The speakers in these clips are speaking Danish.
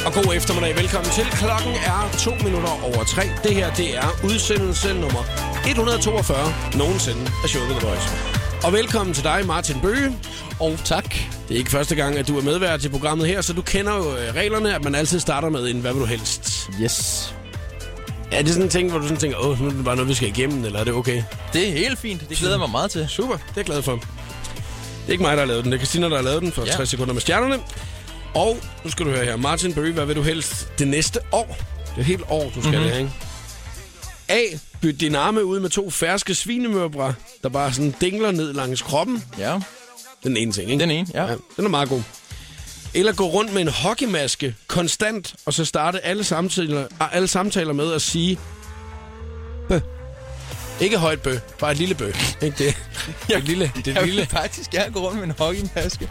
Og god eftermiddag. Velkommen til. Klokken er 3:02. Det her, det er udsendelse nummer 142 nogensinde af showet The Voice. Og velkommen til dig, Martin Bøge. Og tak. Det er ikke første gang, at du er medvært til programmet her, så du kender jo reglerne, at man altid starter med en hvad vil du helst. Yes. Er det sådan en ting, hvor du sådan tænker, nu er det bare noget, vi skal igennem, eller er det okay? Det er helt fint. Det glæder mig meget til. Super, det er jeg glad for. Det er ikke mig, der har lavet den. Det er Christina, der har lavet den for 60 sekunder med stjernerne. Og nu skal du høre her. Martin Bøge, hvad vil du helst det næste år? Det er et helt år, du skal det her, ikke? A. Byt din arme ud med 2 ferske svinemørbrad, der bare sådan dingler ned langs kroppen. Ja. Den ene ting, ikke? Den ene, ja. Den er meget god. Eller gå rundt med en hockeymaske konstant, og så starte alle samtaler med at sige bø. Ikke højt bø, bare et lille bø. Ikke det? Jeg vil faktisk gerne gå rundt med en hockeymaske.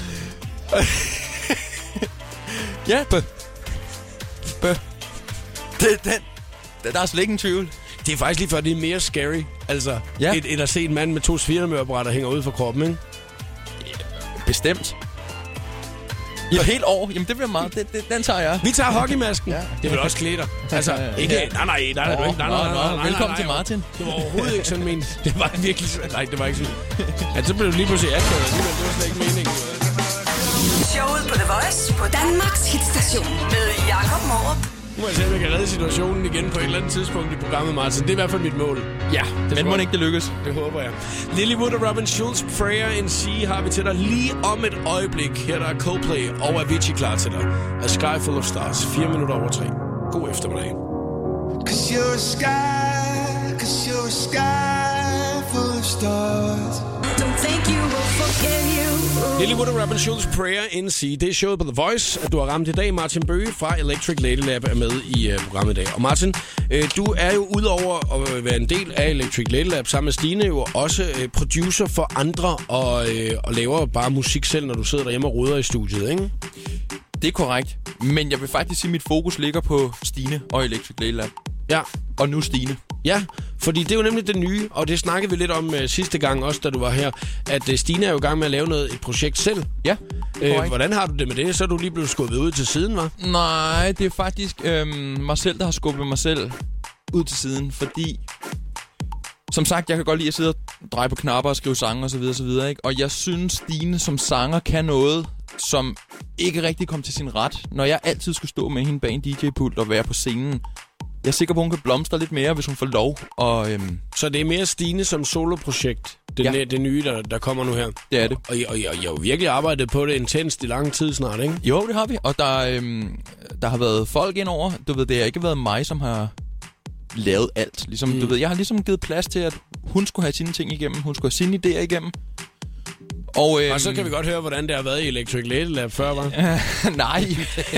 Ja, bø. Bø. Der er slet ingen tvivl. Det er faktisk lige før, det er mere scary. Altså, end at se en mand med 2 svinemørbrad, der hænger ud fra kroppen, ikke? Bestemt. I et helt år? Jamen, det bliver meget. Den tager jeg. Vi tager hockeymasken. Ja. Det vil også klæde dig. Altså, ikke... Nej, der er du ikke. Nej. Velkommen til Martin. Det var overhovedet ikke sådan ment. Det var virkelig... Nej, det var ikke sådan. Ja, så blev du lige pludselig akavet alligevel. Det var slet ikke meningen. Showet på The Voice på Danmarks hitstation med Jakob Morup. Nu må jeg se, om jeg kan redde situationen igen på et eller andet tidspunkt i programmet, Martin. Det er i hvert fald mit mål. Ja, men må ikke det lykkes. Det håber jeg. Lilywood og Robin Schulz, Prayer in Sea har vi til dig lige om et øjeblik. Her der er Coldplay og Avicii klar til dig. A Sky Full of Stars, 4:03. God eftermiddag. 'Cause you're a sky full of stars. Don't think you will forget you. Lilywood og Robin Schulz, Prayer in Sea. Det er showet på The Voice, at du har ramt i dag. Martin Bøge fra Electric Lady Lab er med i programmet i dag. Og Martin, du er jo udover at være en del af Electric Lady Lab sammen med Stine, jo også producer for andre og laver bare musik selv, når du sidder derhjemme og roder i studiet, ikke? Det er korrekt. Men jeg vil faktisk sige, at mit fokus ligger på Stine og Electric Lady Lab. Ja. Og nu Stine. Ja, fordi det er jo nemlig det nye, og det snakkede vi lidt om sidste gang også, da du var her, at Stine er jo i gang med at lave et projekt selv. Ja, hvordan har du det med det? Så er du lige blevet skubbet ud til siden, hva'? Nej, det er faktisk mig selv, der har skubbet mig selv ud til siden, fordi... Som sagt, jeg kan godt lide at sidde og dreje på knapper og skrive sange og så videre, ikke? Og jeg synes, Stine som sanger kan noget, som ikke rigtig kom til sin ret, når jeg altid skulle stå med hende bag en DJ-pult og være på scenen. Jeg er sikker på, at hun kan blomstre lidt mere, hvis hun får lov. Og, Så det er mere Stine som soloprojekt, det nye, der kommer nu her? Det er det. Og jeg har jo virkelig arbejdet på det intenst i lang tid snart, ikke? Jo, det har vi. Og der har været folk indover. Du ved, det har ikke været mig, som har lavet alt. Ligesom, du ved, jeg har ligesom givet plads til, at hun skulle have sine ting igennem. Hun skulle have sine idéer igennem. Og så kan vi godt høre, hvordan det har været i Electric Lady Lab før, hva'? Nej.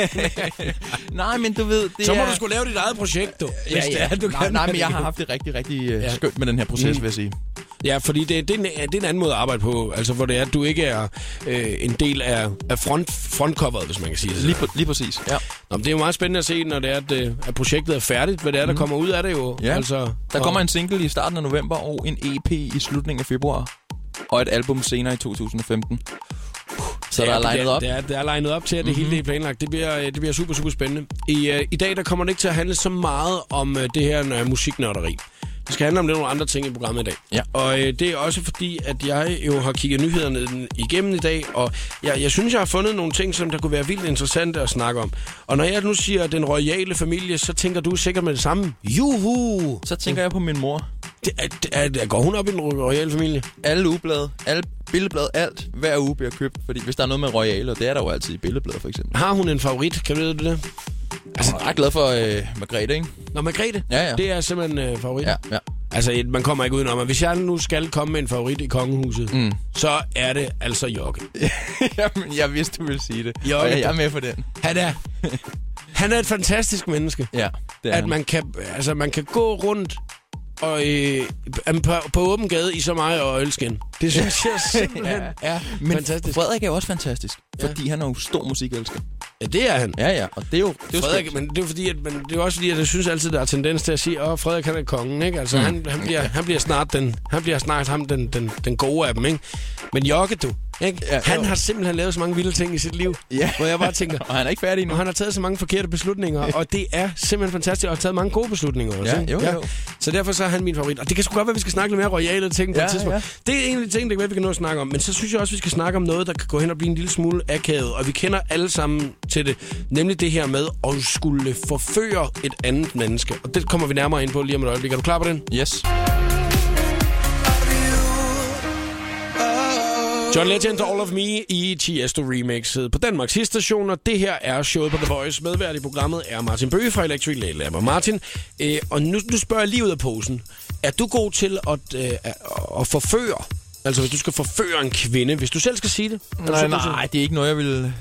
Nej, men du ved... Så må du sgu lave dit eget projekt, du. Nej, men jeg har haft det rigtig, rigtig skønt med den her proces, vil jeg sige. Ja, fordi det er en anden måde at arbejde på, altså hvor det er, at du ikke er en del af frontcoveret, hvis man kan sige det. Lige præcis, ja. Nå, men det er jo meget spændende at se, når det er, at projektet er færdigt, hvad det er, der kommer ud af det jo. Ja. Altså, der kommer en single i starten af november og en EP i slutningen af februar. Og et album senere i 2015. Så der er linet op. Der er linet op til, at det hele er planlagt. Det bliver super, super spændende. I dag der kommer det ikke til at handle så meget om det her musiknørderi. Det skal handle om lidt nogle andre ting i programmet i dag. Ja. Og det er også fordi, at jeg jo har kigget nyhederne igennem i dag, og jeg synes, jeg har fundet nogle ting, som der kunne være vildt interessante at snakke om. Og når jeg nu siger den royale familie, så tænker du sikkert med det samme. Juhu! Så tænker jeg på min mor. Går hun op i den royale familie? Alle ugeblade, alle billedblade, alt hver uge bliver købt. Fordi hvis der er noget med royale, og det er der jo altid i billedbladet for eksempel. Har hun en favorit? Kan du vide det? Altså, jeg er ret glad for Margrethe, ikke? Nå, Margrethe? Ja. Det er simpelthen favorit? Ja. Altså, man kommer ikke udenom, at hvis jeg nu skal komme med en favorit i kongehuset, så er det altså Jokke. Jamen, jeg vidste, du ville sige det. Jokke, og jeg er med på den. Han er et fantastisk menneske. Ja, det er at man kan gå rundt og på åben gade i så meget og ølskin. Det synes jeg simpelthen er fantastisk. Men Frederik er jo også fantastisk, fordi han er jo stor musikelsker. Ja, det er han. Ja, og det er jo Frederik, men det er jo fordi, det er også fordi, at jeg synes altid, der er tendens til at sige, Frederik han er kongen, ikke? Altså han bliver snart den gode af dem, ikke? Men Jokke, du, ikke? Ja, Han jo. har simpelthen lavet så mange vilde ting i sit liv, Ja. hvor jeg bare tænker, Og han er ikke færdig endnu. og han har taget så mange forkerte beslutninger, og det er simpelthen fantastisk, og har taget mange gode beslutninger også. Ja, ikke? jo. Så derfor så er han min favorit. Og det kan sgu godt være, at vi skal snakke lidt mere royale ting på Ja, et tidspunkt. ja. Det er en af de ting, der kan være, vi kan nå at snakke om. Men så synes jeg også, vi skal snakke om noget, der kan gå hen og blive en lille smule akavet. Og vi kender alle sammen til det. Nemlig det her med at skulle forføre et andet menneske. Og det kommer vi nærmere ind på lige om et øjeblik. Er du klar på den? Yes. John Legend, All of Me i Tiesto remixet på Danmarks Hitstation, og det her er showet på The Voice. Medvært i programmet er Martin Bøge fra Electric Lady Lab. Og Martin, og nu spørger jeg lige ud af posen. Er du god til at forføre? Altså hvis du skal forføre en kvinde, hvis du selv skal sige det? Nej, det er ikke noget, jeg vil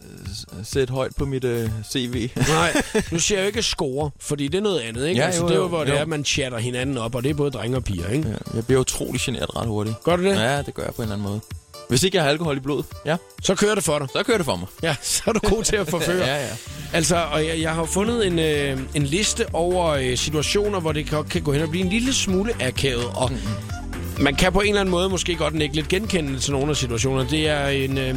sætte højt på mit CV. Nej, nu siger jeg jo ikke score, fordi det er noget andet, ikke? Ja, Altså, jo, det er jo, jo, hvor det jo. er, at man chatter hinanden op, og det er både drenge og piger, ikke? Ja, jeg bliver utrolig generet ret hurtigt. Gør du det? Ja, det gør jeg på en eller anden måde. Hvis ikke jeg har alkohol i blodet, ja, Så kører det for dig. så kører det for mig. Ja, så er du god til at forføre. Ja. Altså, og jeg har fundet en liste over situationer, hvor det kan gå hen og blive en lille smule akavet, og man kan på en eller anden måde måske godt ikke lidt genkende til nogle af situationerne. Det er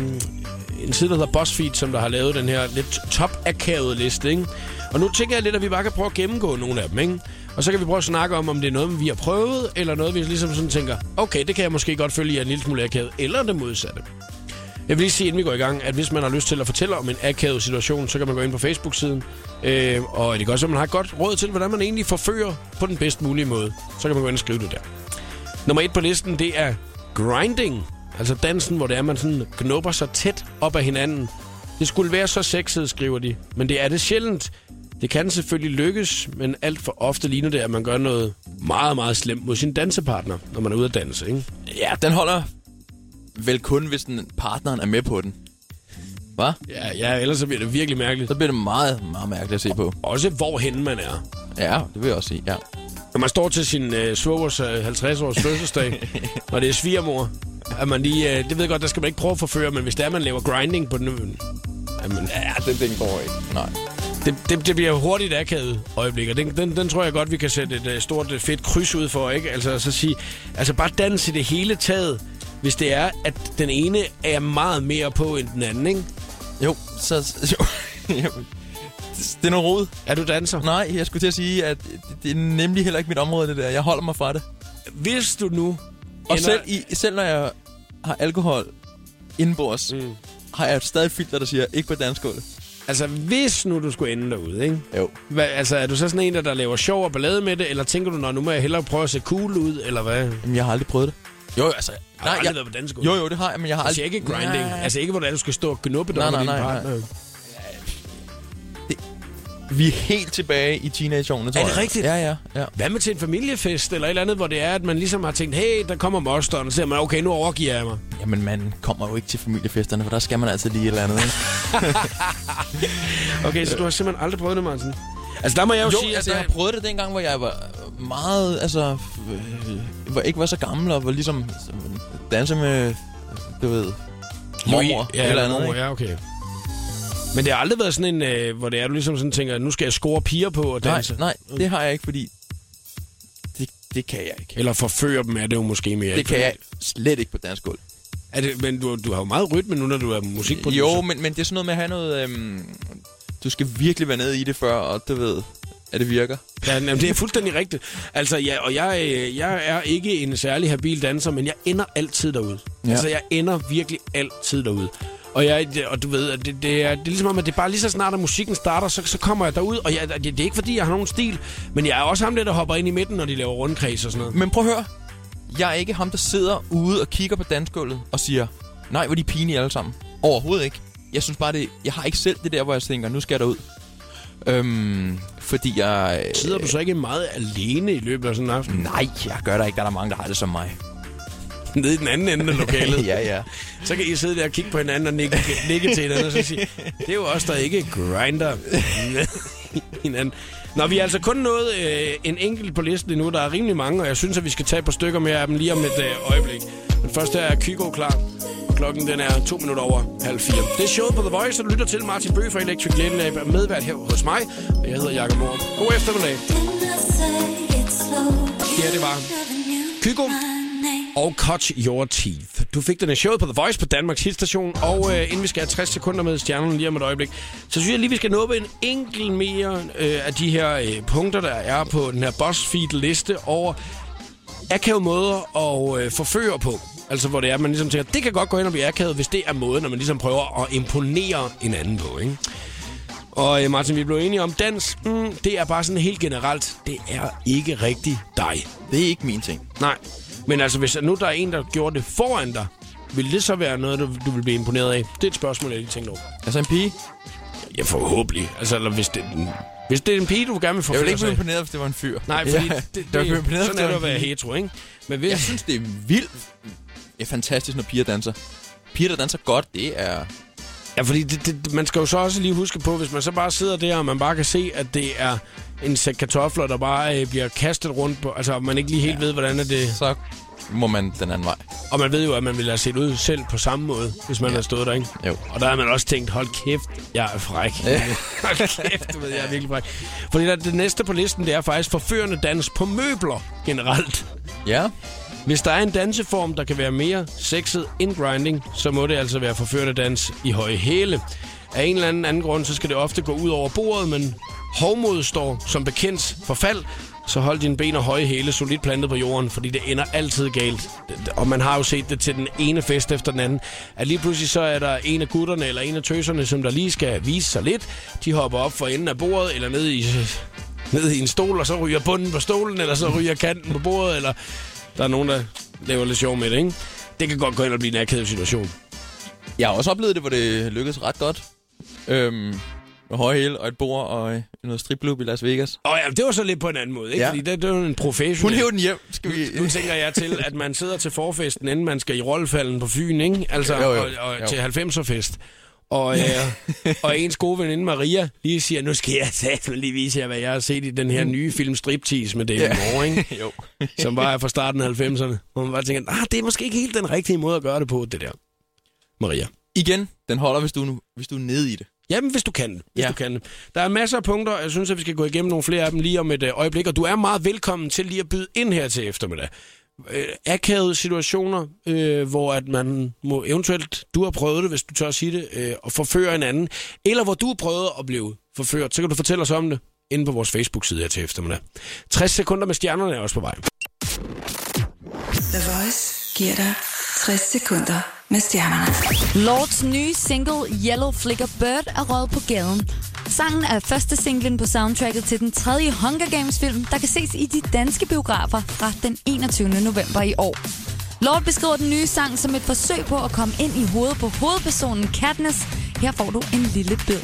en side, der hedder BuzzFeed, som der har lavet den her lidt top-akavede liste, ikke? Og nu tænker jeg lidt, at vi bare kan prøve at gennemgå nogle af dem, ikke? Og så kan vi prøve at snakke om det er noget, vi har prøvet, eller noget, vi ligesom sådan tænker, okay, det kan jeg måske godt følge i en lille smule akavet, eller det modsatte. Jeg vil lige sige, inden vi går i gang, at hvis man har lyst til at fortælle om en akavet situation, så kan man gå ind på Facebook-siden. Og det kan også, at man har et godt råd til, hvordan man egentlig forfører på den bedst mulige måde. Så kan man gå ind og skrive det der. Nummer 1 på listen, det er grinding. Altså dansen, hvor det er, man sådan knupper sig tæt op af hinanden. Det skulle være så sexet, skriver de. Men det er det sjældent. Det kan selvfølgelig lykkes, men alt for ofte ligner det, at man gør noget meget, meget slemt mod sin dansepartner, når man er ude at danse, ikke? Ja, den holder vel kun, hvis partneren er med på den. Hva? Ja, ellers så bliver det virkelig mærkeligt. Så bliver det meget, meget mærkeligt at se på. Også hvorhenne man er. Ja, det vil jeg også sige, ja. Når man står til sin svogers 50-års fødselsdag, og det er svigermor, at man lige... det ved jeg godt, der skal man ikke prøve at forføre, men hvis det er, man laver grinding på den... Jamen, Ja, den ting går ikke. Nej. det bliver hurtigt akavet øjeblik, og den tror jeg godt, vi kan sætte et stort, fedt kryds ud for, ikke? Altså så sige... Altså bare dans i det hele taget, hvis det er, at den ene er meget mere på end den anden, ikke? Jo, jo. Det er noget rod. Er du danser? Nej, jeg skulle til at sige, at det er nemlig heller ikke mit område, det der. Jeg holder mig fra det. Hvis du nu... Og selv når jeg har alkohol indenbords, har jeg stadig et filter, der siger, ikke på dansegulvet. Altså, hvis nu du skulle ende derude, ikke? Jo. Altså, er du så sådan en, der laver sjov og ballade med det, eller tænker du, nu må jeg hellere prøve at se cool ud, eller hvad? Jamen, jeg har aldrig prøvet det. Jo, altså... Har du aldrig været på dansegulvet? Jo, det har jeg, men jeg har Altså aldrig... ikke grinding. Nej. Altså ikke, hvor du skal stå og knuppe dig Nej, med din nej, partner. nej. Vi er helt tilbage i teenageårene, tror jeg. Er det rigtigt? Ja. Hvad med til en familiefest, eller et eller andet, hvor det er, at man ligesom har tænkt, hey, der kommer mosteren, og så siger man, okay, nu overgiver jeg mig. Jamen, man kommer jo ikke til familiefesterne, for der skal man altid lige et eller andet, ikke? Okay, så du har simpelthen aldrig prøvet det, Martin? Altså, der må jeg jo sige... altså, jeg har prøvet det dengang, hvor jeg var meget, altså... hvor jeg ikke var så gammel, og var ligesom... danse med, du ved... mormor, ja, eller andet, mormor, ikke? ja, okay. Men det har aldrig været sådan en, hvor det er, du ligesom sådan tænker, nu skal jeg score piger på og danse. Nej, det har jeg ikke, fordi... Det kan jeg ikke. Eller forføre dem, er det jo måske mere. Det kan jeg slet ikke på dansegulv. Men du har jo meget rytme nu, når du er musikproducer. Jo, men det er sådan noget med at have noget... du skal virkelig være nede i det før, og du ved, at det virker. Ja, jamen, det er fuldstændig rigtigt. Altså, ja, og jeg er ikke en særlig habil danser, men jeg ender altid derude. Ja. Altså, jeg ender virkelig altid derude. Og du ved, at det er ligesom om, at det er bare lige så snart, at musikken starter, så kommer jeg derud. Og det er ikke, fordi jeg har nogen stil, men jeg er også ham der hopper ind i midten, når de laver rundkreds og sådan noget. Men prøv at høre. Jeg er ikke ham, der sidder ude og kigger på dansegulvet og siger, nej, hvor er de pinlige alle sammen. Overhovedet ikke. Jeg synes bare, jeg har ikke selv det der, hvor jeg tænker, nu skal jeg derud. Fordi jeg... Sidder du så ikke meget alene i løbet af sådan en aften? Nej, jeg gør der ikke. Der er der mange, der har det som mig. Nede i den anden ende af lokalet. Ja. Så kan I sidde der og kigge på hinanden og nikke til hinanden og så sige, det er jo os, der ikke grinder hinanden. Nå, vi er altså kun nået en enkelt på listen endnu. Der er rimelig mange, og jeg synes, at vi skal tage et par stykker mere af dem lige om et øjeblik. Men først er Kygo klar, og klokken den er 4:02. Det er showet på The Voice, og du lytter til Martin Bøge fra Electric Lady Lab, er medvært her hos mig, og jeg hedder Jakob Morup. God eftermiddag. Ja, det var Kygo og Cut Your Teeth. Du fik den af showet på The Voice på Danmarks hitstation, og inden vi skal have 60 sekunder med stjernerne lige om et øjeblik, så synes jeg lige, vi skal nå en enkelt mere af de her punkter, der er på den her BuzzFeed-liste over akavede måder at forføre på. Altså, hvor det er, at man ligesom tænker, det kan godt gå ind og blive akavet, hvis det er måden, når man ligesom prøver at imponere en anden på, ikke? Og Martin, vi blev enige om dans. Det er bare sådan helt generelt. Det er ikke rigtig dig. Det er ikke min ting. Nej. Men altså, hvis nu der er en, der gjorde det foran dig, vil det så være noget, du vil blive imponeret af? Det er et spørgsmål, jeg lige tænkte over. Altså en pige? Ja, forhåbentlig. Altså, eller hvis det er en pige, du gerne vil forføre. Jeg vil ikke blive imponeret, hvis det var en fyr. Nej, fordi imponeret, sådan er det at være hetero, ikke? Men hvis... Jeg synes, det er vildt. Det er fantastisk, når piger danser. Piger, der danser godt, det er... Ja, fordi man skal jo så også lige huske på, hvis man så bare sidder der, og man bare kan se, at det er en sæk kartofler, der bare bliver kastet rundt på, altså man ikke lige helt ved, hvordan er det... Så må man den anden vej. Og man ved jo, at man ville have set ud selv på samme måde, hvis man havde stået der, ikke? Jo. Og der har man også tænkt, hold kæft, jeg er fræk. Hold kæft, jeg er virkelig fræk. Fordi det næste på listen, det er faktisk forførende dans på møbler generelt. Ja. Hvis der er en danseform, der kan være mere sexet end grinding, så må det altså være forførende dans i høje hæle. Af en eller anden grund, så skal det ofte gå ud over bordet, men hovmod står som bekendt for fald, så hold dine ben og høje hæle solidt plantet på jorden, fordi det ender altid galt. Og man har jo set det til den ene fest efter den anden, at lige pludselig så er der en af gutterne eller en af tøserne, som der lige skal vise sig lidt. De hopper op for enden af bordet eller ned i en stol, og så ryger bunden på stolen, eller så ryger kanten på bordet, eller der er nogen, der laver lidt sjov med det, ikke? Det kan godt gå ind og blive en akavet situation. Jeg har også oplevet det, hvor det lykkedes ret godt. Med høje hæle og et bord og noget stripklub i Las Vegas. Ja, det var så lidt på en anden måde, ikke? Ja. Fordi det er jo en professionel... Hun hæver den hjem. Skal vi... Nu tænker jeg til, at man sidder til forfesten, inden man skal i Rollefalden på Fyn, ikke? Altså, jo. til 90'er-fest. Og ens gode veninde Maria lige siger, nu skal jeg lige vise jer, hvad jeg har set i den her nye film Striptease med David Moore, ikke? Jo. Som var fra starten af 90'erne. Hvor man bare tænker, det er måske ikke helt den rigtige måde at gøre det på, det der. Maria. Igen, den holder, hvis du er nede i det. Jamen, hvis du kan. Du kan. Der er masser af punkter, jeg synes, at vi skal gå igennem nogle flere af dem lige om et øjeblik, og du er meget velkommen til lige at byde ind her til eftermiddag. Akavede situationer, hvor at man må eventuelt, du har prøvet det, hvis du tør at sige det, og forføre en anden, eller hvor du har prøvet at blive forført, så kan du fortælle os om det inde på vores Facebook-side her til eftermiddag. 60 sekunder med stjernerne er også på vej. The Voice giver dig 60 sekunder med stjernerne. Lords nye single Yellow Flicker Bird er røget på gaden. Sangen er første singlen på soundtracket til den 3. Hunger Games-film, der kan ses i de danske biografer fra den 21. november i år. Lord beskriver den nye sang som et forsøg på at komme ind i hovedet på hovedpersonen Katniss. Her får du en lille bid.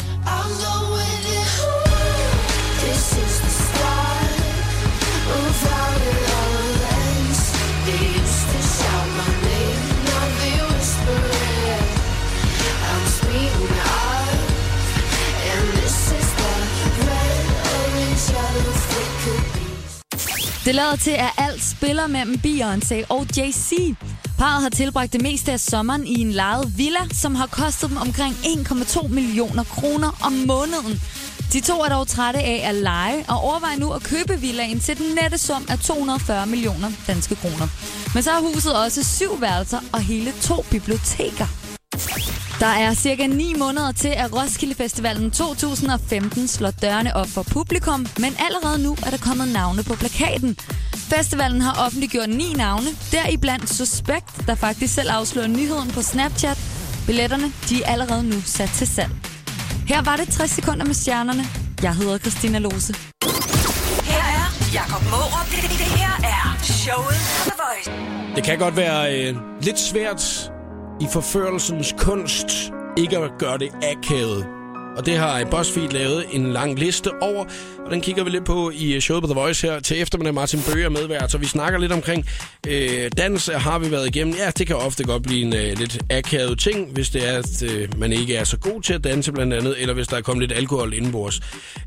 Det lader til, at alt spiller mellem Beyoncé og Jay-Z. Parret har tilbragt det meste af sommeren i en lejet villa, som har kostet dem omkring 1,2 millioner kroner om måneden. De to er dog trætte af at lege og overvejer nu at købe villaen til den nette sum af 240 millioner danske kroner. Men så har huset også 7 værelser og hele 2 biblioteker. Der er cirka 9 måneder til, at Roskilde Festivalen 2015 slår dørene op for publikum, men allerede nu er der kommet navne på plakaten. Festivalen har offentliggjort 9 navne, deriblandt Suspekt, der faktisk selv afslører nyheden på Snapchat. Billetterne, de er allerede nu sat til salg. Her var det 60 sekunder med stjernerne. Jeg hedder Christina Lose. Her er Jakob Mårup. Det her er showet på The Voice. Det kan godt være lidt svært i forførelsens kunst ikke at gøre det akavet. Og det har BuzzFeed lavet en lang liste over, og den kigger vi lidt på i showet på The Voice her til eftermiddag. Martin Bøge er medvært, så vi snakker lidt omkring dans, har vi været igennem. Ja, det kan ofte godt blive en lidt akavet ting, hvis det er, at man ikke er så god til at danse blandt andet, eller hvis der er kommet lidt alkohol indenbords.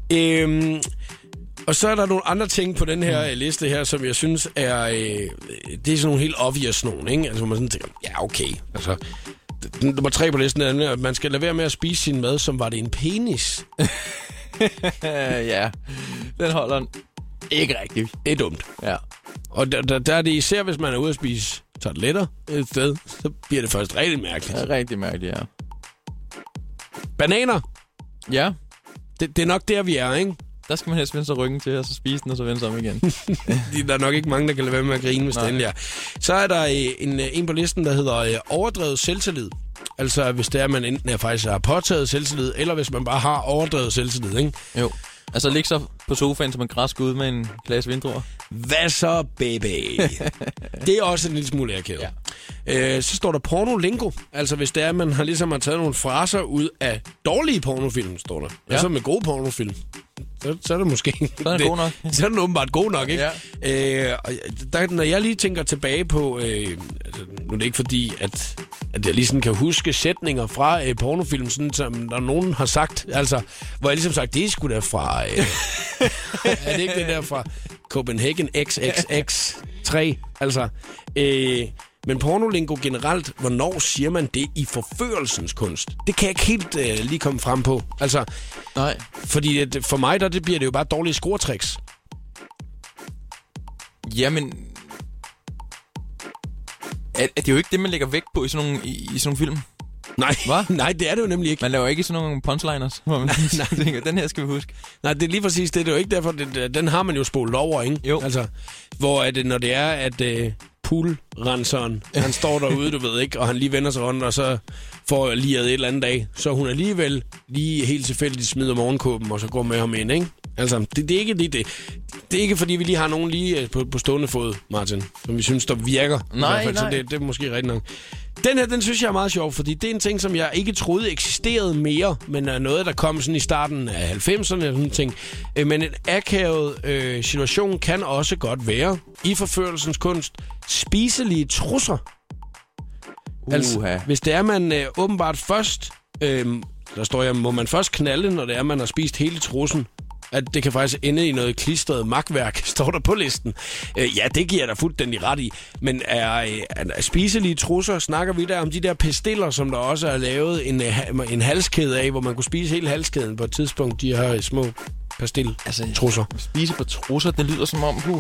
Og så er der nogle andre ting på den her liste her, som jeg synes er... det er sådan nogle helt obvious nogen, ikke? Altså, hvor man sådan tænker, ja, okay. Altså, nummer 3 på listen er, at man skal lade være med at spise sin mad, som var det en penis. Ja, den holder ikke rigtigt. Det er dumt. Ja. Og der er det især, hvis man er ude at spise tarteletter et sted, så bliver det først rigtig mærkeligt. Ja, rigtig mærkeligt, ja. Bananer, Ja, det er nok der, vi er, ikke? der skal man helst vende sig ryggen til, og så spise den, og så vende sig om igen. Der er nok ikke mange, der kan lade være med at grine, hvis det endelig er. Så er der en på listen, der hedder overdrevet selvtillid. Altså, hvis det er, man enten faktisk har påtaget selvtillid, eller hvis man bare har overdrevet selvtillid, ikke? Jo. Altså, ligge så på sofaen som en græsk ud med en klasse vindruer. Hvad så, baby? Det er også en lille smule akavet. Ja. Så står der pornolingo. Altså, hvis det er, man har ligesom har taget nogle fraser ud af dårlige pornofilm, står der. Ja. Altså med gode pornofilm. Så er det måske... Så er det god nok. Så er den åbenbart god nok, ikke? Ja. Når jeg lige tænker tilbage på... altså, nu er det ikke fordi, at jeg lige sådan kan huske sætninger fra pornofilm, sådan, som der nogen har sagt. Altså, hvor jeg ligesom sagt, det er sgu da fra... er det ikke det der fra Copenhagen XXX3? Altså... Men pornolingo generelt, hvornår siger man det i forførelsens kunst? Det kan jeg ikke helt lige komme frem på. Altså, nej. Fordi for mig, det bliver det jo bare dårlige scoretricks. Jamen... Er det jo ikke det, man lægger vægt på i sådan nogle film? Nej, hva? Nej, det er det jo nemlig ikke. Man laver ikke sådan nogle punchliners, hvor man tænker, den her skal vi huske. Nej, det er lige præcis det. Det er jo ikke derfor, den har man jo spolet over, ikke? Jo. Altså, hvor er det, når det er, at poolrenseren, han står derude, du ved ikke, og han lige vender sig rundt, og så får liret et eller andet dag, så hun alligevel lige helt tilfældigt smider morgenkåben, og så går med ham ind, ikke? Altså, det er ikke lige det. Det er ikke, fordi vi lige har nogen lige på stående fod, Martin, som vi synes, der virker. Nej, i hvert fald, så det er måske rigtigt nok. Den her, den synes jeg er meget sjov, fordi det er en ting, som jeg ikke troede eksisterede mere, men er noget, der kom sådan i starten af 90'erne, sådan en ting. Men en akavet situation kan også godt være, i forførelsens kunst, spiselige trusser. Altså, hvis det er, man åbenbart først, der står jeg, må man først knalde, når det er, man har spist hele trussen. At det kan faktisk ende i noget klistret makværk, står der på listen. Ja, det giver jeg da fuldstændig ret i. Men er spiselige trusser, snakker vi der om de der pastiller, som der også er lavet en halskæde af, hvor man kunne spise hele halskæden på et tidspunkt, de her små pastil-trusser. Altså, spise på trusser, det lyder som om,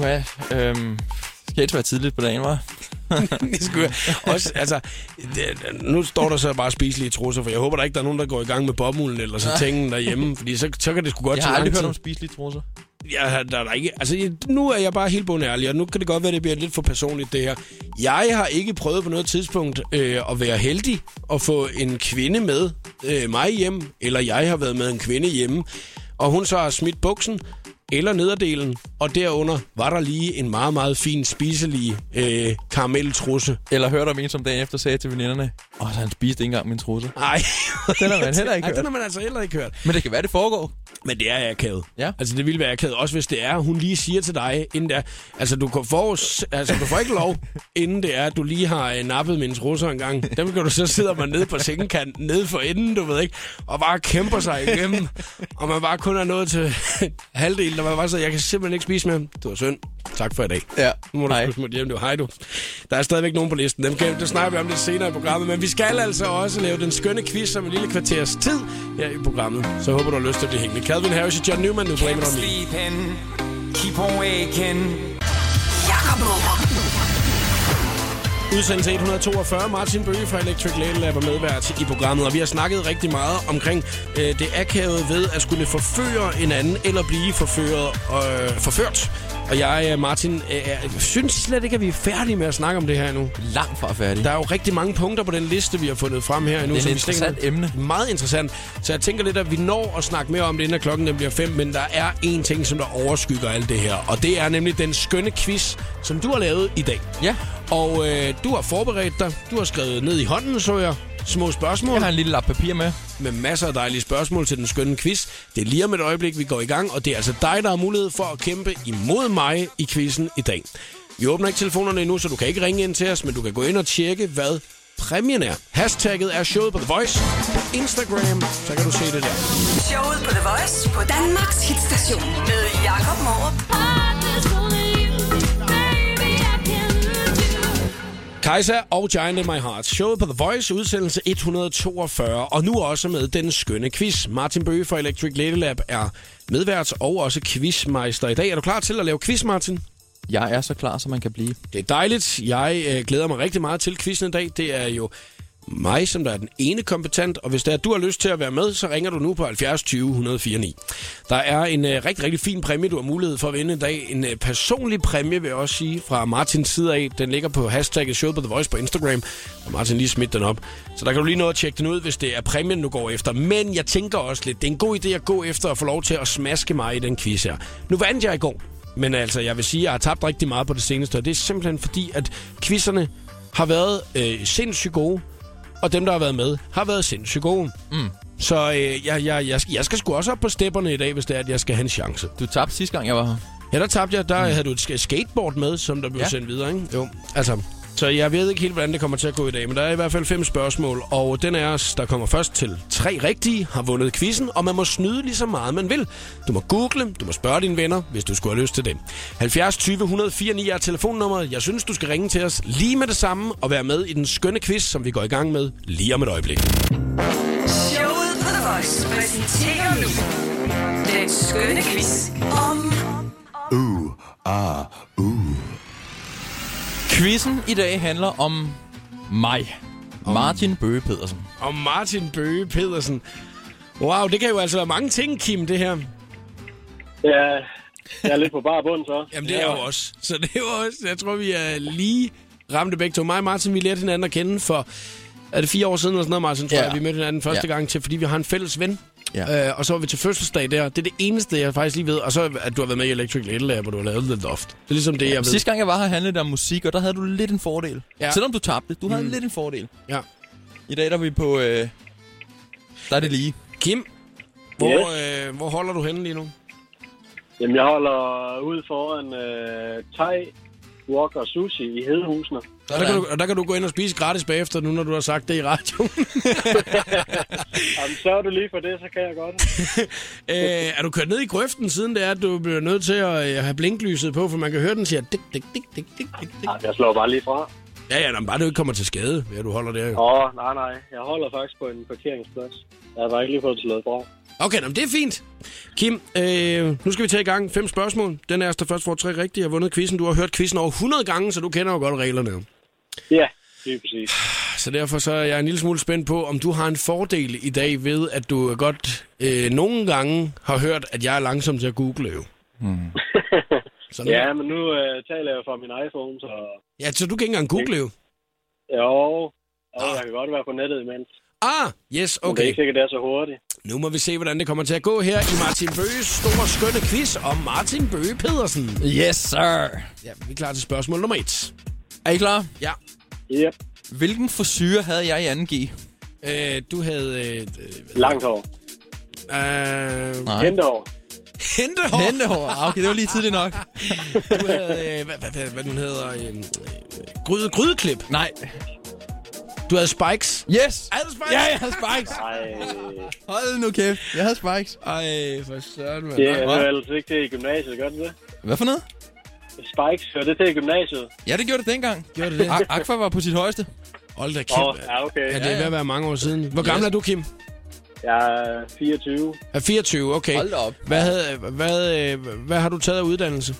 skal ikke være tidligt på dagen, hva'? Det skulle jeg. Også, altså, nu står der så bare spiselige trusser, for jeg håber, der ikke der er nogen, der går i gang med bomulden eller så tingen derhjemme, fordi så kan det sgu godt tage lang tid. Jeg har aldrig hørt om spiselige trusser. Ja, der er ikke. Altså, nu er jeg bare helt bundærlig, og nu kan det godt være, det bliver lidt for personligt, det her. Jeg har ikke prøvet på noget tidspunkt at være heldig og få en kvinde med mig hjem, eller jeg har været med en kvinde hjemme, og hun så har smidt buksen, eller nederdelen, og derunder var der lige en meget, meget fin, spiselig karameltrusse. Eller hørte om en, som dagen efter sagde til veninderne, så han spiste ikke engang min trusse. Nej. Den har man heller ikke hørt. Den har man altså heller ikke hørt. Men det kan være, det foregår. Men det er akavet. Ja. Altså, det vil være akavet. Også hvis det er, hun lige siger til dig, inden der. Altså, du får ikke lov, inden det er, at du lige har nappet min trusser en gang. Dem kan du så sidde man nede på sengekanten, nede for enden, du ved ikke, og bare kæmper sig igennem. Og man bare kun er nået til halvdelen, der var bare så, jeg kan simpelthen ikke spise med ham. Det var synd. Tak for i dag. Ja. Nu må du smutte hjem. Det var hej du. Der er stadigvæk nogen på listen. Dem snakker vi om lidt senere i programmet. Men vi skal altså også lave den skønne quiz om en lille kvarters tid her i programmet. Så håber du har lyst til at blive hængende. Calvin Harris og John Newman, nu Blame It On Me. Keep on waking. Jakob Morup. Udsendelse 142. Martin Bøge fra Electric Lady Lab er medvært i programmet, og vi har snakket rigtig meget omkring det akavede ved at skulle forføre en anden eller blive forført. Og jeg, Martin, synes slet ikke, at vi er færdige med at snakke om det her nu. Langt fra færdige. Der er jo rigtig mange punkter på den liste, vi har fundet frem her nu. Det er et interessant emne. Meget interessant. Så jeg tænker lidt, at vi når at snakke mere om det, inden klokken den bliver 5. Men der er én ting, som der overskygger alt det her. Og det er nemlig den skønne quiz, som du har lavet i dag. Ja. Og du har forberedt dig. Du har skrevet ned i hånden, så jeg. Små spørgsmål. Jeg har en lille lap papir med. Med masser af dejlige spørgsmål til den skønne quiz. Det er lige om et øjeblik, vi går i gang. Og det er altså dig, der har mulighed for at kæmpe imod mig i quizzen i dag. Vi åbner ikke telefonerne endnu, så du kan ikke ringe ind til os. Men du kan gå ind og tjekke, hvad præmien er. Hashtagget er showet på The Voice. På Instagram, så kan du se det der. Showet på The Voice på Danmarks hitstation med Jakob Morup. Kajsa og Giant in My Heart. Showet på The Voice, udsendelse 142. Og nu også med den skønne quiz. Martin Bøge fra Electric Lady Lab er medvært og også quizmeister i dag. Er du klar til at lave quiz, Martin? Jeg er så klar, som man kan blive. Det er dejligt. Jeg glæder mig rigtig meget til quizzen i dag. Det er jo mig, som der er den ene kompetent, og hvis du har lyst til at være med, så ringer du nu på 70 20 104 9. Der er en rigtig, rigtig fin præmie, du har mulighed for at vinde i dag. En personlig præmie, vil jeg også sige, fra Martins side af. Den ligger på hashtagget Showet på The Voice på Instagram, og Martin lige smidt den op. Så der kan du lige nå at tjekke den ud, hvis det er præmien, du går efter. Men jeg tænker også lidt, det er en god idé at gå efter at få lov til at smaske mig i den quiz her. Nu vandt jeg i går, men altså, jeg vil sige, at jeg har tabt rigtig meget på det seneste, og det er simpelthen fordi, at quizzerne har været sindssygt gode, og dem, der har været med, har været sindssygt gode. Så jeg skal sgu også op på stepperne i dag, hvis det er, at jeg skal have en chance. Du tabte sidste gang, jeg var her. Ja, der tabte jeg. Der havde du et skateboard med, som der blev sendt videre, ikke? Jo, altså. Så jeg ved ikke helt, hvordan det kommer til at gå i dag, men der er i hvert fald 5 spørgsmål, og den af os, der kommer først til 3 rigtige, har vundet quizzen, og man må snyde lige så meget, man vil. Du må google, du må spørge dine venner, hvis du skulle have lyst til det. 70 20 104 9 er telefonnummeret. Jeg synes, du skal ringe til os lige med det samme og være med i den skønne quiz, som vi går i gang med lige om et øjeblik. Showet på The Voice præsenterer nu den skønne quiz om... Quizzen i dag handler om mig. Martin Bøge Pedersen. Og Martin Bøge Pedersen. Wow, det kan jo altså være mange ting, Kim, det her. Ja, jeg er lidt på bar bund, så. Jamen, det er jo også. Så det er jo også, jeg tror, vi er lige ramte begge to. Mig og Martin, vi lærte hinanden at kende for, er det 4 år siden eller sådan noget, Martin, tror jeg, vi mødte hinanden første gang til, fordi vi har en fælles ven. Ja. Og så var vi til fødselsdag der. Det er det eneste, jeg faktisk lige ved. Og så at du har været med i Electric Little Lab, og du har lavet The Loft. Det er ligesom det, jeg ved. Sidste gang jeg var her, handlede det om musik, og der havde du lidt en fordel. Ja. Selvom du tabte, du havde lidt en fordel. Ja. I dag der er vi på... der er det lige. Kim, hvor holder du henne lige nu? Jamen, jeg holder ude foran Thai, Wok og Sushi i Hedehusene. Og der kan du gå ind og spise gratis bagefter, nu når du har sagt det i radioen. Jamen, så er du lige for det, så kan jeg godt. Er du kørt ned i grøften, siden det er, at du bliver nødt til at have blinklyset på, for man kan høre, den siger dik, dik, dik, dik, dik, dik. Jamen, jeg slår bare lige fra. Ja, bare du ikke kommer til skade, ved at du holder der. Nej. Jeg holder faktisk på en parkeringsplads. Jeg har bare ikke lige fået det slået fra. Okay, det er fint. Kim, nu skal vi tage i gang. 5 spørgsmål. Den er der først får 3 rigtige. Jeg har vundet quizzen. Du har hørt quizzen over 100 gange, så du kender jo godt reglerne. Ja, det er præcis. Så derfor så er jeg en lille smule spændt på, om du har en fordel i dag ved, at du godt nogle gange har hørt, at jeg er langsom til at google jo. Ja, men nu taler jeg fra min iPhone, så... Ja, så du kan ikke engang google jo? Jo, jeg kan godt være på nettet imens. Yes, okay. Men det er ikke sikkert, det er så hurtigt. Nu må vi se, hvordan det kommer til at gå her i Martin Bøges store skønne quiz om Martin Bøge Pedersen. Yes, sir. Ja, vi er klar til spørgsmål nummer 1. Er I klar? Ja. Yep. Hvilken frisyre havde jeg i 2G? Du havde... Langt hår. Hentehår. Hentehår. Okay, det var lige tidligt nok. Du havde... hvad den hedder? Grydeklip. Nej. Du havde spikes? Yes! Havde du spikes? Ja, jeg havde spikes. Hold nu kæft. Jeg havde spikes. Ej, for søren, mand. Det er ellers ikke det i gymnasiet, gør det? Hvad for noget? Spikes, hørte det til i gymnasiet? Ja, det gjorde det dengang. Gjorde det? Aqua var på sit højeste. Hold da kæft. Ja, okay. Ja, det er ved at være mange år siden. Hvor gammel er du, Kim? Jeg er 24. Er 24, okay. Hold da op. Hvad har du taget af uddannelse?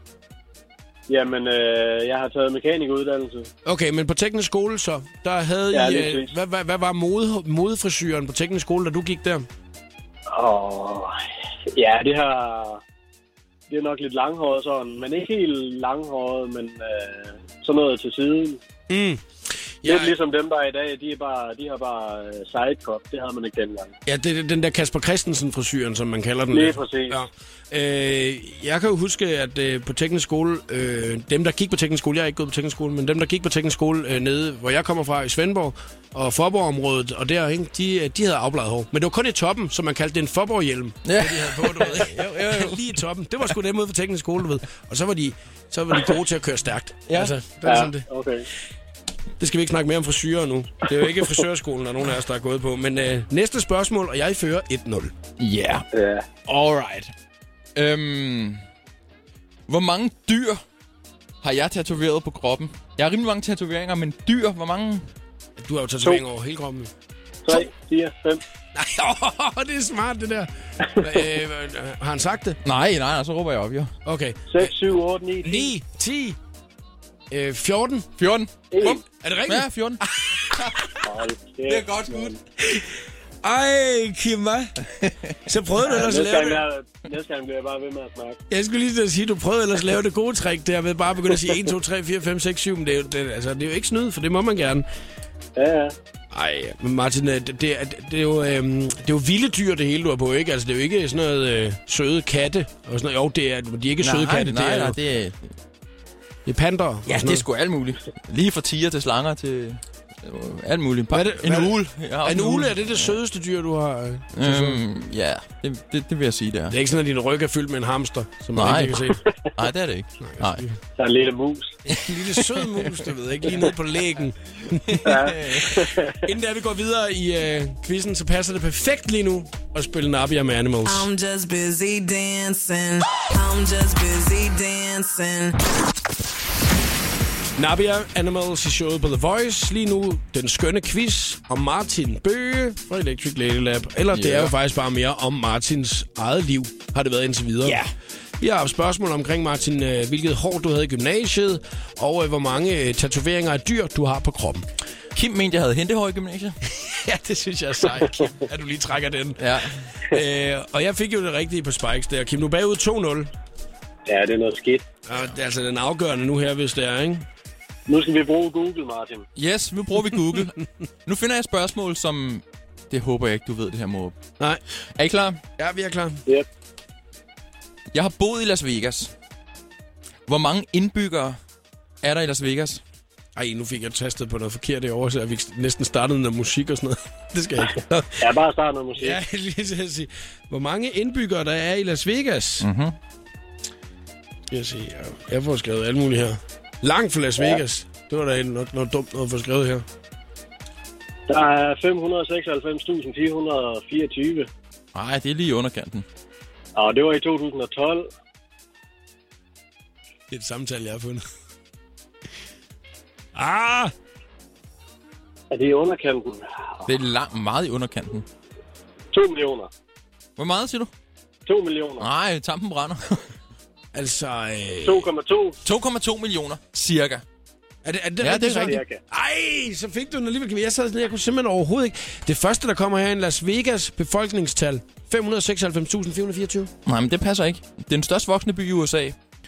Jamen, jeg har taget mekanikuddannelse. Okay, men på teknisk skole så, der havde I... Hvad var modefrisyren på teknisk skole, da du gik der? Ja, det er nok lidt langhåret sådan, men ikke helt langhåret, men sådan noget til siden. Lidt ligesom dem, der er i dag, de har bare sidecut. Det havde man ikke dengang. Ja, det er den der Kasper Christensen-frisyren, som man kalder den. Lige præcis. Ja. Jeg kan jo huske, at på teknisk skole, dem der gik på teknisk skole, jeg er ikke gået på teknisk skole, men dem der gik på teknisk skole nede, hvor jeg kommer fra i Svendborg og Forborg-området, og der, ikke, de havde afbladet hår. Men det var kun i toppen, som man kaldte det en Forborg-hjelm. Ja. Det de havde på, du ved, ikke? Jo. Lige i toppen. Det var sgu dem ude på teknisk skole, du ved. Og så var de gode til at køre stærkt. Ja, altså, det var sådan det. Okay. Det skal vi ikke snakke mere om frisyrer nu. Det er jo ikke frisørskolen, der er nogen af os, der er gået på. Men næste spørgsmål, og jeg fører 1-0. Yeah. Alright. Hvor mange dyr har jeg tatoveret på kroppen? Jeg har rimelig mange tatoveringer, men dyr, hvor mange? Du har jo tatoveringer over hele kroppen. 3, 4, 5. Nej, det er smart, det der. Har han sagt det? Nej, så råber jeg op, jo. Okay. 6, 7, 8, 9, 10. 9, 10, 14. 14. Bum. Er det rigtigt? Ja, 14. Det er godt skudt. Ej, Kim, hvad? Så prøvede du ellers at lave det. Næste gang bliver jeg bare ved med at snakke. Jeg skulle lige sige, du prøvede ellers at lave det gode trick der ved bare at begynde at sige 1, 2, 3, 4, 5, 6, 7. Men det er jo ikke snyd, for det må man gerne. Ja. Ej, men Martin, det er jo vilde dyr, det hele du er på, ikke? Altså, det er jo ikke sådan noget søde katte og sådan noget. Jo, de er ikke søde katte. Nej, det er panter. Ja, det er sgu alt muligt. Lige fra tiger til slanger til alt muligt. En ugle. En ugle, er det sødeste dyr, du har? Ja, det vil jeg sige, det er. Det er ikke sådan, at din ryg er fyldt med en hamster, som man ikke kan se. Nej, det er det ikke. Nej. Der er en lille mus. En lille sød mus, du ved ikke, lige nede på lægen. Ja. Inden da vi går videre i quizzen, så passer det perfekt lige nu at spille Nabbia med Animals. I'm just busy dancing. I'm just busy dancing. Nabbia Animals i showet på The Voice. Lige nu den skønne quiz om Martin Bøge fra Electric Lady Lab. Eller det er jo faktisk bare mere om Martins eget liv, har det været indtil videre. Ja. Vi har haft spørgsmål omkring, Martin, hvilket hår du havde i gymnasiet, og hvor mange tatoveringer af dyr du har på kroppen. Kim mente, jeg havde hentehår i gymnasiet. Ja, det synes jeg er sejt, Kim, at du lige trækker den. Ja. Og jeg fik jo det rigtige på Spikes der. Kim, nu er bagud 2-0. Ja, det er noget skidt. Og det er altså den afgørende nu her, hvis det er, ikke? Nu skal vi bruge Google, Martin. Yes, nu bruger vi Google. Nu finder jeg et spørgsmål, som... Det håber jeg ikke, du ved det her, Måb. Nej. Er I klar? Ja, vi er klar. Yep. Jeg har boet i Las Vegas. Hvor mange indbyggere er der i Las Vegas? Ej, nu fik jeg tastet på noget forkert derovre, så jeg fik næsten startet noget musik og sådan noget. Det skal jeg ikke. Ja, bare starte noget musik. Ja, lige til at sige. Hvor mange indbyggere der er i Las Vegas? Mhm. Skal jeg sige, jeg får skrevet alt muligt her. Langt fra Las Vegas. Det var da nok noget dumt at få skrevet her. Der er 596.424. Nej, det er lige i underkanten. Og det var i 2012. Det er et samtale, jeg har fundet. Er det i underkanten? Det er meget i underkanten. 2 millioner. Hvor meget siger du? 2 millioner. Nej, tampen brænder. Altså... 2,2. 2,2 millioner, cirka. Er det Ja, det er rigtigt. Ej, så fik du den alligevel. Jeg sad sådan, jeg kunne simpelthen overhovedet ikke. Det første, der kommer her i Las Vegas befolkningstal, 596.424. Nej, men det passer ikke. Det er den største voksne by i USA.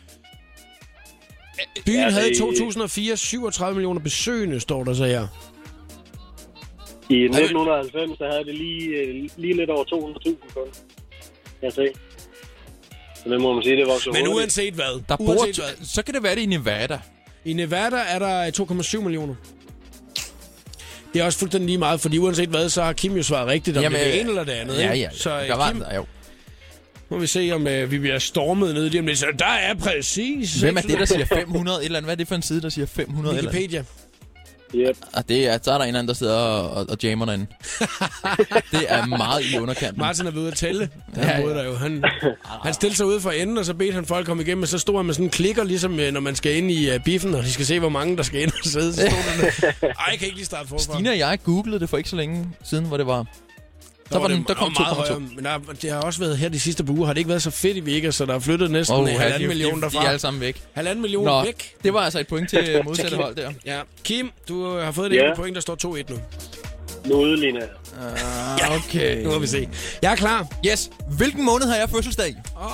Byen havde i 2004 37 millioner besøgende, står der så her. I 1990, der havde det lige lidt over 200.000 kun. Jeg se. Så det må man sige, det var så Men hurtigt. uanset hvad. Der bor så kan det være det i Nevada. I Nevada er der 2,7 millioner. Det er også fuldstændig lige meget, fordi uanset hvad, så har Kim jo svaret rigtigt, om det er det ene eller det andet. Ja, ikke? ja. Så Kim, jo. må vi se, om vi bliver stormet ned lige om lidt. Så der er præcis... Hvem er det, der siger 500 eller andet? Hvad er det for en side, der siger 500 eller andet? Wikipedia. Yep. Så er der en anden, der sidder og jammer derinde. Det er meget i underkanten. Martin er ved at tælle. Han stillede sig ude for enden, og så bedte han folk komme igennem, og så stod han med sådan en klikker, ligesom når man skal ind i biffen, og de skal se, hvor mange der skal ind og sidde. Så stod han der. Ej, jeg kan ikke lige starte forfra. Stine og jeg googlede det for ikke så længe siden, hvor det var... Der kom 2,2. Men det har også været her de sidste uger. Har det ikke været så fedt i Vegas, så der er flyttet næsten 1,5 million derfra? De er alle sammen væk. 1,5 million væk. Det var altså et point til modsatte hold der. Ja. Kim, du har fået det point, der står 2-1 nu. Nu udligner jeg. Okay. Nu må vi se. Jeg er klar. Yes. Hvilken måned har jeg fødselsdag?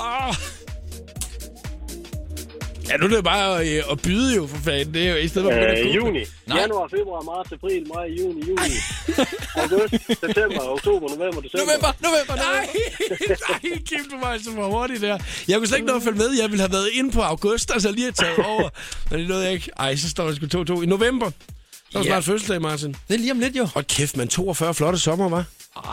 Ja, nu er det bare at byde jo, for fanden. Det er jo i stedet for... Juni. Januar, februar, marts, april, maj, juni, juli. August, september, oktober, november, december. November. Nej, Kim, du var altså for hurtigt der. Jeg kunne slet ikke nå at følge med. Jeg ville have været inde på august, altså lige have taget over. Men det nåede jeg ikke. Ej, så står der sgu 2-2 i november. Så er snart fødselsdag, Martin. Det er lige om lidt, jo. Hold kæft, man. 42 flotte sommer, hva'?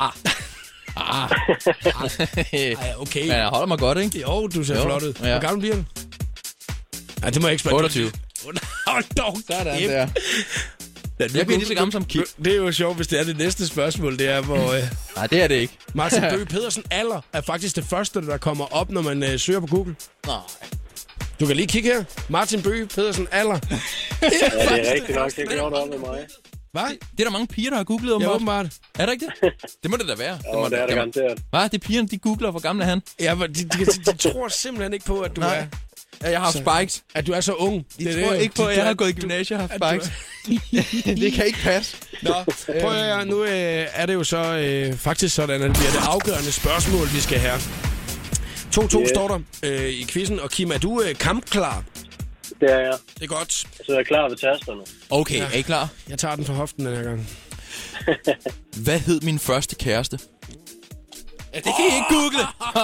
Ej, okay. Men jeg holder mig godt, ikke? Jo, du ser flot ud. Ja. Hvor gammel bliver du? Ej, det må jeg ikke spørge. 28. Hold dog. Sådan der. Jeg bliver lige så gammel som Kim. Det er jo sjovt, hvis det er det næste spørgsmål. Det er, hvor... Nej, det er det ikke. Martin Bøge Pedersen alder er faktisk det første, der kommer op, når man søger på Google. Nej. Du kan lige kigge her. Martin Bøge Pedersen alder. Ja, det er rigtigt nok. Det er gjort op med mig. Hvad? Det er der mange piger, der har googlet om. Ja, åbenbart. Er det ikke det? Det må det da være. Det er det garanteret. Hvad? Det er pigerne, de googler, hvor gammel er han? Ja, men de tror simpelthen ikke på, at du er... at jeg har haft spikes. At du er så ung. Jeg tror ikke på, at jeg har gået i gymnasiet og haft spikes. Det kan ikke passe. Nå, prøv at høre, nu er det jo så faktisk sådan, at det bliver det afgørende spørgsmål, vi skal have. 2-2 står der i quizzen, og Kim, er du kampklar? Det er jeg. Det er godt. Så jeg er klar ved tasterne. Okay, er I klar? Jeg tager den fra hoften den her gang. Hvad hed min første kæreste? Ja, det kan I ikke google.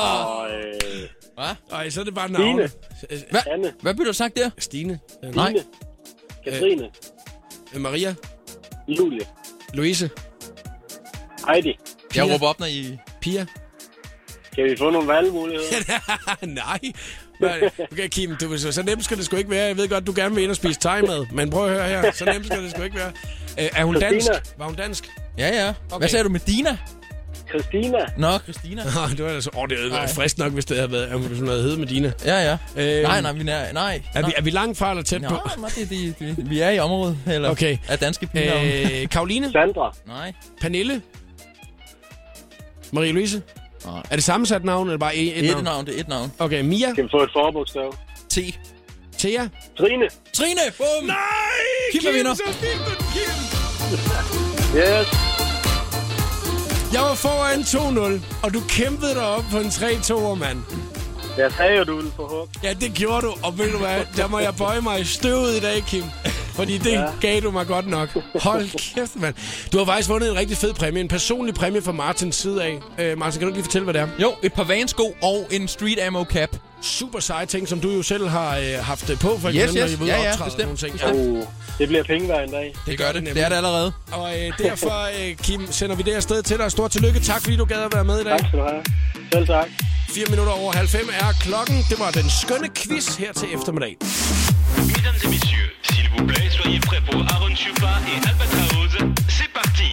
Hvad? Ej, så er det bare navne. Hvad blev der sagt der? Stine. Nej. Katrine. Maria. Julie. Louise. Heidi. Jeg råber op, når I... Pia. Kan vi få nogle valgmuligheder? Nej. Okay, Kim, så nemt skal det sgu ikke være. Jeg ved godt, du gerne vil ind og spise thai-mad, men prøv at høre her. Så nemt skal det sgu ikke være. Er hun dansk? Var hun dansk? Ja. Okay. Hvad sagde du med Dina? Christina. Nå, Christina. Det var altså... det havde været frisk nok, hvis det havde været, hun havde heddet med Dina. Ja. Nej. Er vi langt fra eller tæt på? Nej, vi er i området, eller okay. Er danske piger. Karoline? Sandra. Nej. Pernille? Marie-Louise? Nej. Er det sammensat navn, eller bare et navn? Det er et navn. Okay, Mia? Kan vi få et forbogstav? T. Thea? Trine. Bum! Nej! Kim er vinder. Så fik du den, Kim! Yes. Jeg var foran 2-0, og du kæmpede dig op på en 3-2'er, mand. Jeg sagde jo, du ville få hug. Ja, det gjorde du, og ved du hvad, der må jeg bøje mig i støvet i dag, Kim. Fordi det gav du mig godt nok. Hold kæft, mand. Du har faktisk vundet en rigtig fed præmie. En personlig præmie fra Martins side af. Martin, kan du ikke lige fortælle, hvad det er? Jo, et par vansko og en Street Ammo cap. Super seje ting, som du jo selv har haft på, for Yes, eksempel, ja, bestemt. ting. Det bliver penge hver en dag. Det gør det. Det er det allerede. Og derfor, Kim, sender vi det afsted til dig. Stort tillykke. Tak, fordi du gad at være med i dag. Tak skal du have. Selv tak. 4 minutter over 90 er klokken. Det var den skønne quiz her til eftermiddag. Mesdames et messieurs, s'il vous plaît, soyez prêts pour Aaron Chupa et Albatraoz. C'est parti!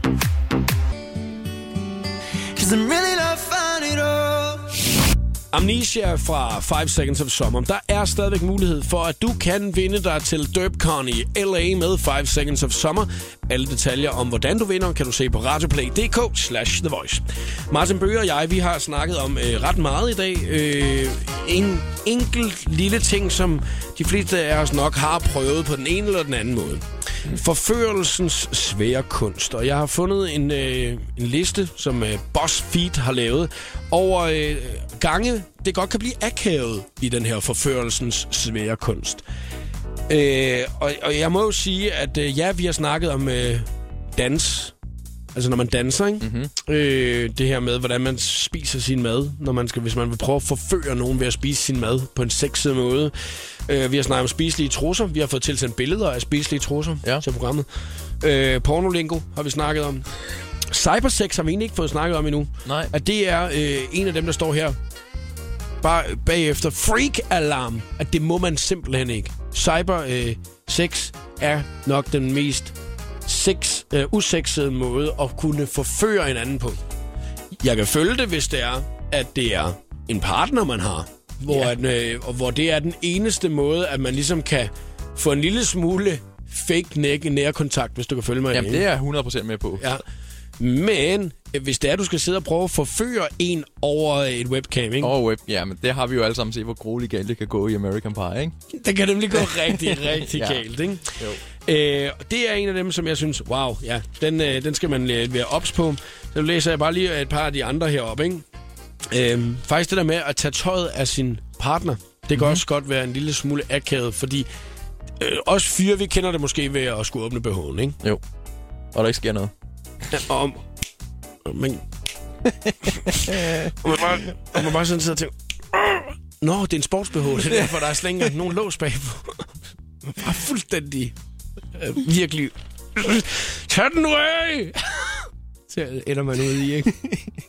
Amnesia fra 5 Seconds of Summer. Der er stadigvæk mulighed for, at du kan vinde dig til DerpCon i LA med 5 Seconds of Summer. Alle detaljer om, hvordan du vinder, kan du se på radioplay.dk/The Voice. Martin Bøge og jeg, vi har snakket om ret meget i dag. En enkelt lille ting, som de fleste af os nok har prøvet på den ene eller den anden måde. Forførelsens svære kunst. Og jeg har fundet en liste, som BuzzFeed har lavet, over gange, det godt kan blive akavet i den her forførelsens svære kunst. Og jeg må jo sige, at vi har snakket om dans. Altså når man danser, ikke? Mm-hmm. Det her med, hvordan man spiser sin mad, hvis man vil prøve at forføre nogen ved at spise sin mad på en sexet måde. Vi har snakket om spiselige trusser. Vi har fået tilsendt billeder af spiselige trusser til programmet. Pornolingo har vi snakket om. Cybersex har vi egentlig ikke fået snakket om endnu. Nej. At det er en af dem, der står her bare bagefter. Freak-alarm. At det må man simpelthen ikke. Cybersex er nok den mest usexede måde at kunne forføre en anden på. Jeg kan følge det, hvis det er, at det er en partner, man har. Hvor det er den eneste måde, at man ligesom kan få en lille smule fake nærkontakt, hvis du kan følge mig. Jamen, det er jeg 100% med på. Ja. Men hvis det er, du skal sidde og prøve at forføre en over et webcam, ikke? Ja, men det har vi jo alle sammen set, hvor grueligt galt det kan gå i American Pie, ikke? Det kan nemlig gå rigtig galt, ikke? Jo. Det er en af dem, som jeg synes, wow, ja, den skal man være ops på. Så læser jeg bare lige et par af de andre heroppe, ikke? Faktisk det der med at tage tøjet af sin partner, det kan også godt være en lille smule akavet, fordi os fyre, vi kender det måske ved at skulle åbne BH'en, ikke? Jo, og der ikke sker noget. Ja, man bare sådan sidder og tænker, nå, det er en sports-BH, det er derfor, der er slet ikke nogen lås bagpå. Bare fuldstændig virkelig. Tag den nu af! Så ender man ude i, ikke?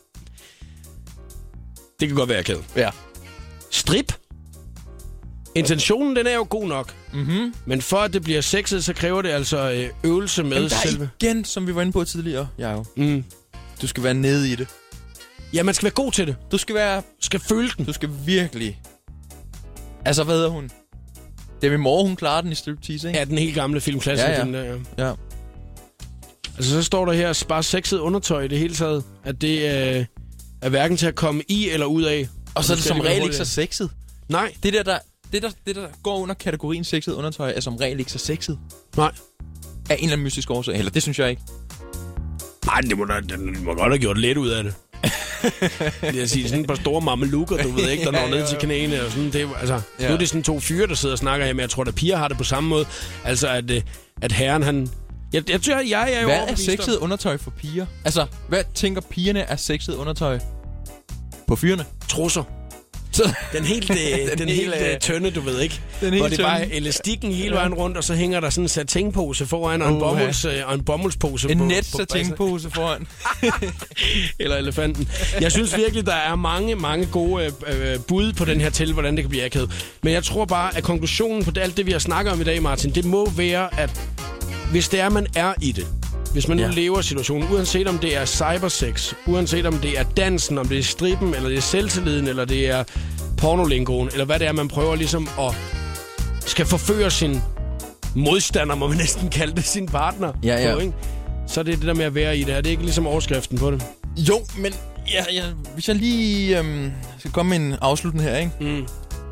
Det kan godt være akavet. Ja. Strip. Intentionen, den er jo god nok. Mm-hmm. Men for at det bliver sexet, så kræver det altså øvelse med selve. Igen, som vi var inde på tidligere, du skal være nede i det. Ja, man skal være god til det. Du skal føle den. Du skal virkelig. Altså, hvad hedder hun? Demi Moore, hun klarer den i striptease, ikke? Ja, den helt gamle filmklasse. Ja. Altså, så står der her, bare sexet undertøj i det hele taget. At det er hverken til at komme i eller ud af. Og så er det som regel ikke så sexet. Nej. Det der det, der går under kategorien sexet undertøj, er som regel ikke så sexet. Nej. Af en eller anden mystisk årsag. Eller det synes jeg ikke. Nej, det må godt have gjort lidt ud af det. Det er at sige, sådan et par store mamelukker, du ved ikke, der når ned til knæene og sådan. Det er, altså, nu er det sådan 2 fyre, der sidder og snakker her, men jeg tror, at piger har det på samme måde. Altså, at herren, han... Jeg er jo hvad er sexet undertøj for piger? Altså, hvad tænker pigerne er sexet undertøj på fyrene? Trusser. Den helt tynde, du ved ikke. Hvor det bare er elastikken hele vejen rundt, og så hænger der sådan en satinpose foran, og en bomuldspose på. En net satinpose foran. Eller elefanten. Jeg synes virkelig, der er mange gode bud på den her til, hvordan det kan blive akavet. Men jeg tror bare, at konklusionen på alt det, vi har snakket om i dag, Martin, det må være, at hvis det er, man er i det, hvis man nu lever situationen, uanset om det er cybersex, uanset om det er dansen, om det er strippen, eller det er selvtilliden, eller det er pornolingoen, eller hvad det er, man prøver ligesom at skal forføre sin modstander, må man næsten kalde det, sin partner. Ja. På, ikke? Så er det der med at være i det her. Det er ikke ligesom overskriften på det. Jo, men hvis jeg lige skal komme med en afslutning her, ikke? Mm.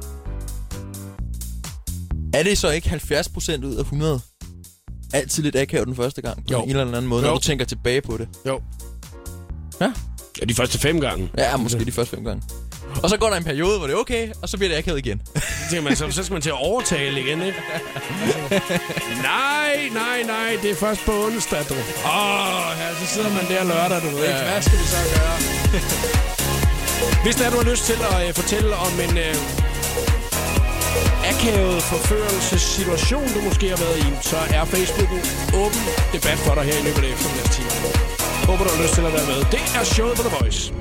Er det så ikke 70% ud af 100? Altid lidt akavet den første gang, på en eller anden måde, når du tænker tilbage på det. Jo. Ja? Ja, de første 5 gange. Ja, måske de første 5 gange. Og så går der en periode, hvor det er okay, og så bliver det akavet igen. Så skal man til at overtale igen, ikke? Nej, det er først på onsdag, du. Så sidder man der lørdag, du ved ikke. Hvad skal vi så gøre? Hvis der du har lyst til at fortælle om en akavet forførelsessituation, du måske har været i, så er Facebooken åben debat for dig her i løbet af eftermiddagstimen. Håber, du har lyst til at være med. Det er showet på The Voice.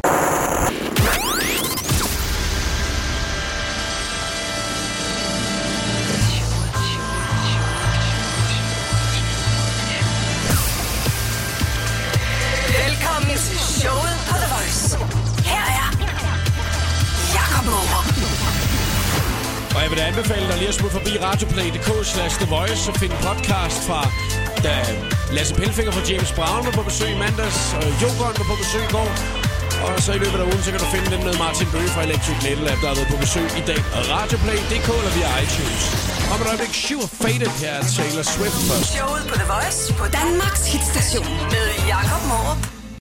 Velkommen til showet på The Voice. Her er Jakob Morup. Og jeg vil da anbefale dig lige at smutte forbi radioplay.dk/The Voice og finde podcast fra da Lasse Pelfinger fra James Brown var på besøg i mandags, og Jokeren var på besøg i går. Og så i løbet af ugen, så kan du finde den med Martin Bøge fra Electric Little Lab, der har været på besøg i dag. Radioplay.dk eller via iTunes. Om et øjeblik, Sure Faded her er Taylor Swift først. Showet på The Voice på Danmarks hitstation med Jakob Morup.